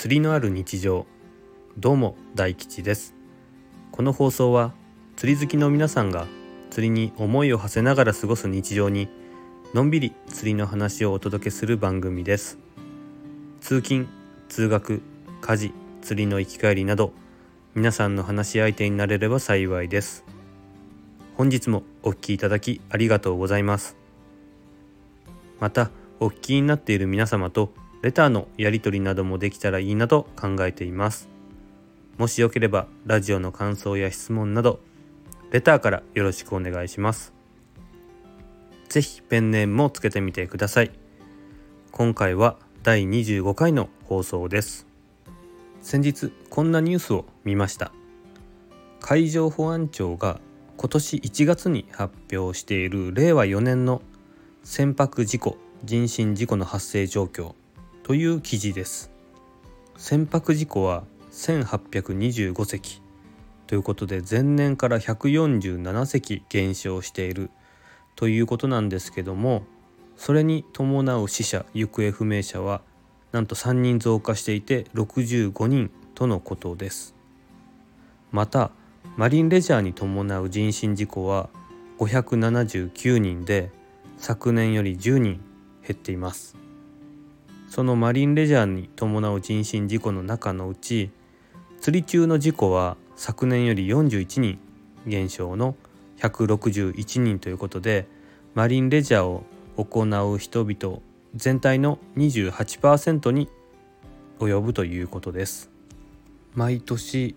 釣りのある日常。どうも大吉です。この放送は釣り好きの皆さんが釣りに思いを馳せながら過ごす日常にのんびり釣りの話をお届けする番組です。通勤、通学、家事、釣りの行き帰りなど皆さんの話し相手になれれば幸いです。本日もお聞きいただきありがとうございます。またお聞きになっている皆様とレターのやり取りなどもできたらいいなと考えています。もしよければラジオの感想や質問などレターからよろしくお願いします。ぜひペンネームもつけてみてください。今回は第25回の放送です。先日こんなニュースを見ました。海上保安庁が今年1月に発表している令和4年の船舶事故・人身事故の発生状況という記事です。船舶事故は1825隻ということで前年から147隻減少しているということなんですけども、それに伴う死者・行方不明者はなんと3人増加していて65人とのことです。またマリンレジャーに伴う人身事故は579人で昨年より10人減っています。そのマリンレジャーに伴う人身事故の中のうち釣り中の事故は昨年より41人減少の161人ということで、マリンレジャーを行う人々全体の 28% に及ぶということです。毎年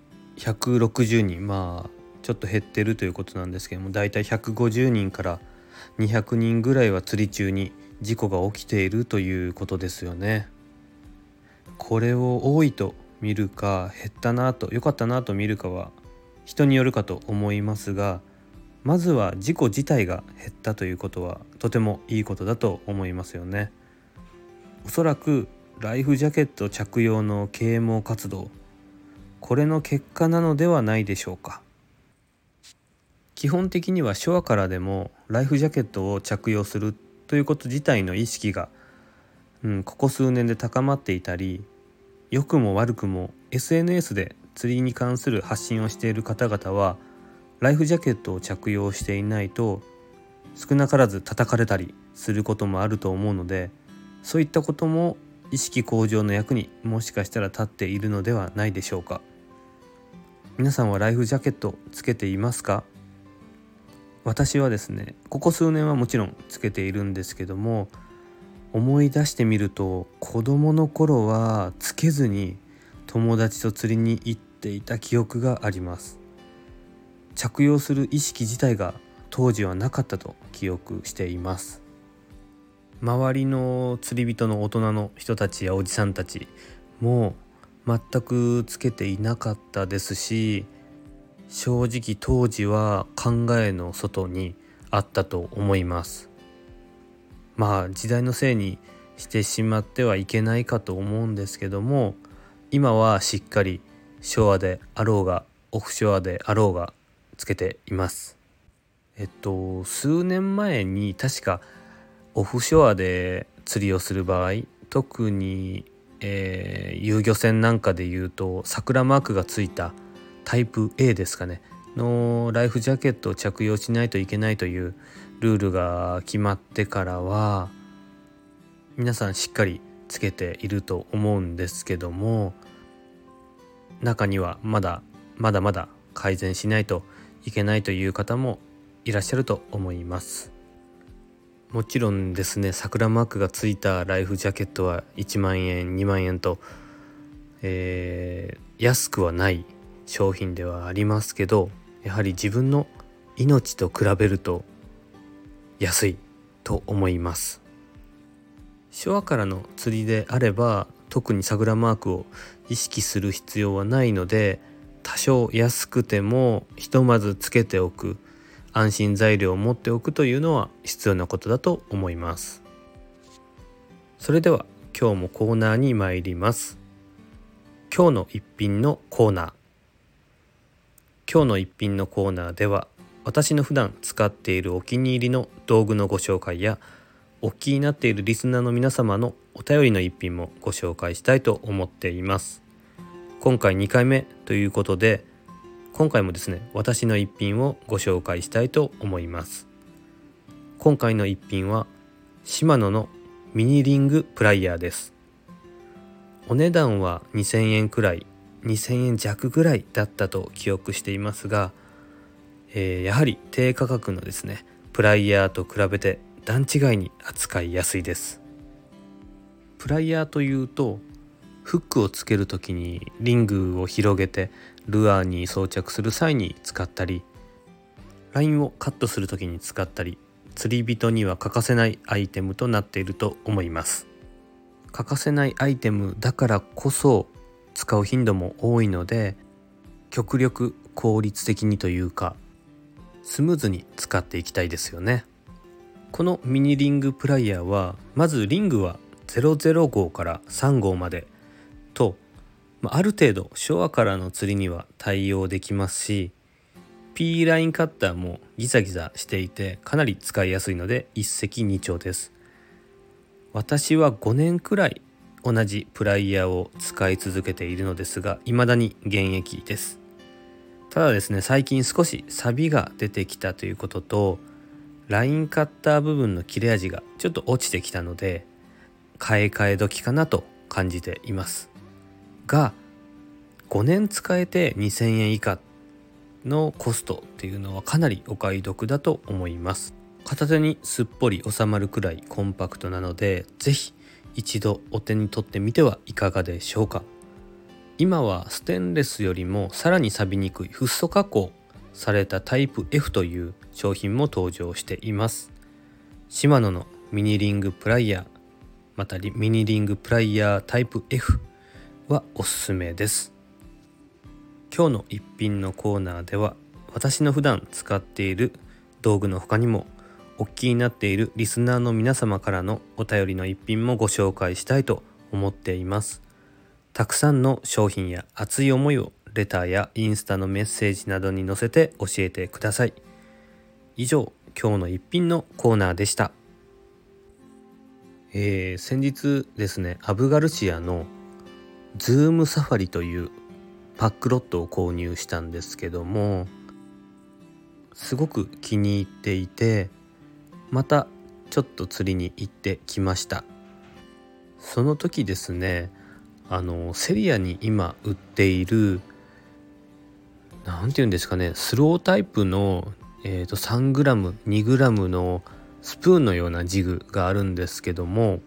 160人、ちょっと減ってるということなんですけども、だいたい150人から200人ぐらいは釣り中に事故が起きているということですよね。これを多いと見るか減ったなと良かったなと見るかは人によるかと思いますが、まずは事故自体が減ったということはとてもいいことだと思いますよね。おそらくライフジャケット着用の啓蒙活動、これの結果なのではないでしょうか。基本的には初夏からでもライフジャケットを着用するということ自体の意識が、ここ数年で高まっていたり、良くも悪くも SNS で釣りに関する発信をしている方々はライフジャケットを着用していないと少なからず叩かれたりすることもあると思うので、そういったことも意識向上の役にもしかしたら立っているのではないでしょうか。皆さんはライフジャケットつけていますか？私はですね、ここ数年はもちろんつけているんですけども、思い出してみると子供の頃はつけずに友達と釣りに行っていた記憶があります。着用する意識自体が当時はなかったと記憶しています。周りの釣り人の大人の人たちやおじさんたちも全くつけていなかったですし、正直当時は考えの外にあったと思います。時代のせいにしてしまってはいけないかと思うんですけども、今はしっかりショアであろうがオフショアであろうがつけています。数年前に確かオフショアで釣りをする場合、特に、遊漁船なんかでいうと桜マークがついたタイプ A ですかねのライフジャケットを着用しないといけないというルールが決まってからは皆さんしっかりつけていると思うんですけども、中にはまだまだ改善しないといけないという方もいらっしゃると思います。もちろんですね、桜マークがついたライフジャケットは1万円2万円と、安くはない商品ではありますけど、やはり自分の命と比べると安いと思います。初夏からの釣りであれば特に桜マークを意識する必要はないので、多少安くてもひとまずつけておく、安心材料を持っておくというのは必要なことだと思います。それでは今日もコーナーに参ります。今日の一品のコーナー。今日の一品のコーナーでは私の普段使っているお気に入りの道具のご紹介やお聞きになっているリスナーの皆様のお便りの一品もご紹介したいと思っています。今回2回目ということで、今回もですね、私の一品をご紹介したいと思います。今回の一品はシマノのミニリングプライヤーです。お値段は2000円くらい、2000円弱ぐらいだったと記憶していますが、やはり低価格のですねプライヤーと比べて段違いに扱いやすいです。プライヤーというと、フックをつけるときにリングを広げてルアーに装着する際に使ったり、ラインをカットするときに使ったり、釣り人には欠かせないアイテムとなっていると思います。欠かせないアイテムだからこそ使う頻度も多いので、極力効率的にというかスムーズに使っていきたいですよね。このミニリングプライヤーは、まずリングは00号から3号までと、ある程度ショアからの釣りには対応できますし、 P ラインカッターもギザギザしていてかなり使いやすいので一石二鳥です。私は5年くらい同じプライヤーを使い続けているのですが、未だに現役です。ただですね、最近少し錆が出てきたということと、ラインカッター部分の切れ味がちょっと落ちてきたので、買い替え時かなと感じていますが、5年使えて2000円以下のコストっていうのはかなりお買い得だと思います。片手にすっぽり収まるくらいコンパクトなので、ぜひ一度お手に取ってみてはいかがでしょうか。今はステンレスよりもさらに錆びにくいフッ素加工されたタイプ F という商品も登場しています。シマノのミニリングプライヤー、またミニリングプライヤータイプ F はおすすめです。今日の一品のコーナーでは、私の普段使っている道具の他にもお聞きになっているリスナーの皆様からのお便りの一品もご紹介したいと思っています。たくさんの商品や熱い思いをレターやインスタのメッセージなどに載せて教えてください。以上、今日の一品のコーナーでした。先日ですね、アブガルシアのズームサファリというパックロットを購入したんですけども、すごく気に入っていて、またちょっと釣りに行ってきました。その時ですね、セリアに今売っている、なんていうんですかね、スロータイプの、3g、2g のスプーンのようなジグがあるんですけども、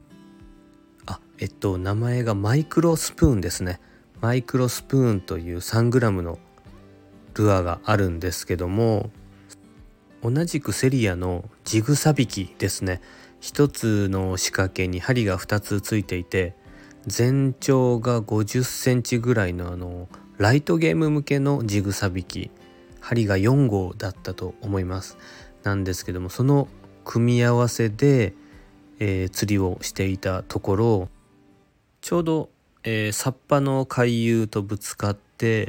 名前がマイクロスプーンですね。マイクロスプーンという 3g のルアーがあるんですけども、同じくセリアのジグサビキですね。一つの仕掛けに針が2つついていて、全長が50センチぐらいのライトゲーム向けのジグサビキ、針が4号だったと思います。なんですけども、その組み合わせで、釣りをしていたところ、ちょうど、サッパの回遊とぶつかって、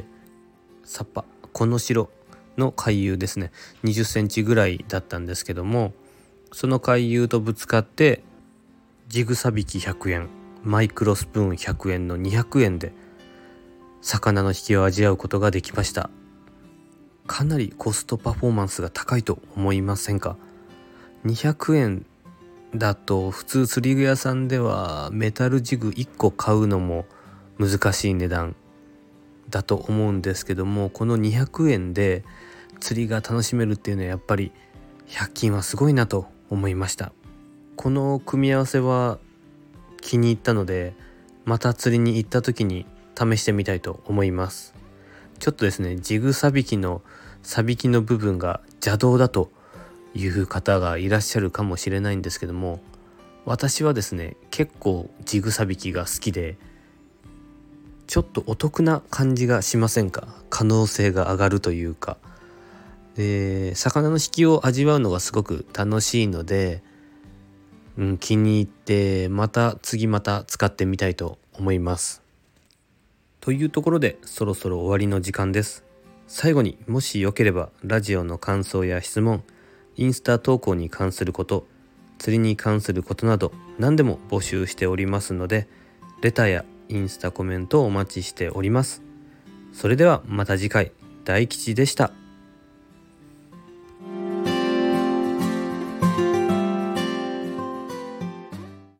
サッパコノシロの回遊ですね、20センチぐらいだったんですけども、その回遊とぶつかってジグサビキ100円、マイクロスプーン100円の200円で魚の引きを味わうことができました。かなりコストパフォーマンスが高いと思いませんか。200円だと普通釣り具屋さんではメタルジグ1個買うのも難しい値段だと思うんですけども、この200円で釣りが楽しめるっていうのはやっぱり100均はすごいなと思いました。この組み合わせは気に入ったので、また釣りに行った時に試してみたいと思います。ちょっとですね、ジグサビキのサビキの部分が邪道だという方がいらっしゃるかもしれないんですけども、私はですね、結構ジグサビキが好きで、ちょっとお得な感じがしませんか。可能性が上がるというか、で魚の引きを味わうのがすごく楽しいので、気に入って次また使ってみたいと思います。というところで、そろそろ終わりの時間です。最後に、もしよければラジオの感想や質問、インスタ投稿に関すること、 釣りに関することなど何でも募集しておりますので、レターやインスタコメントをお待ちしております。それではまた次回、大吉でした。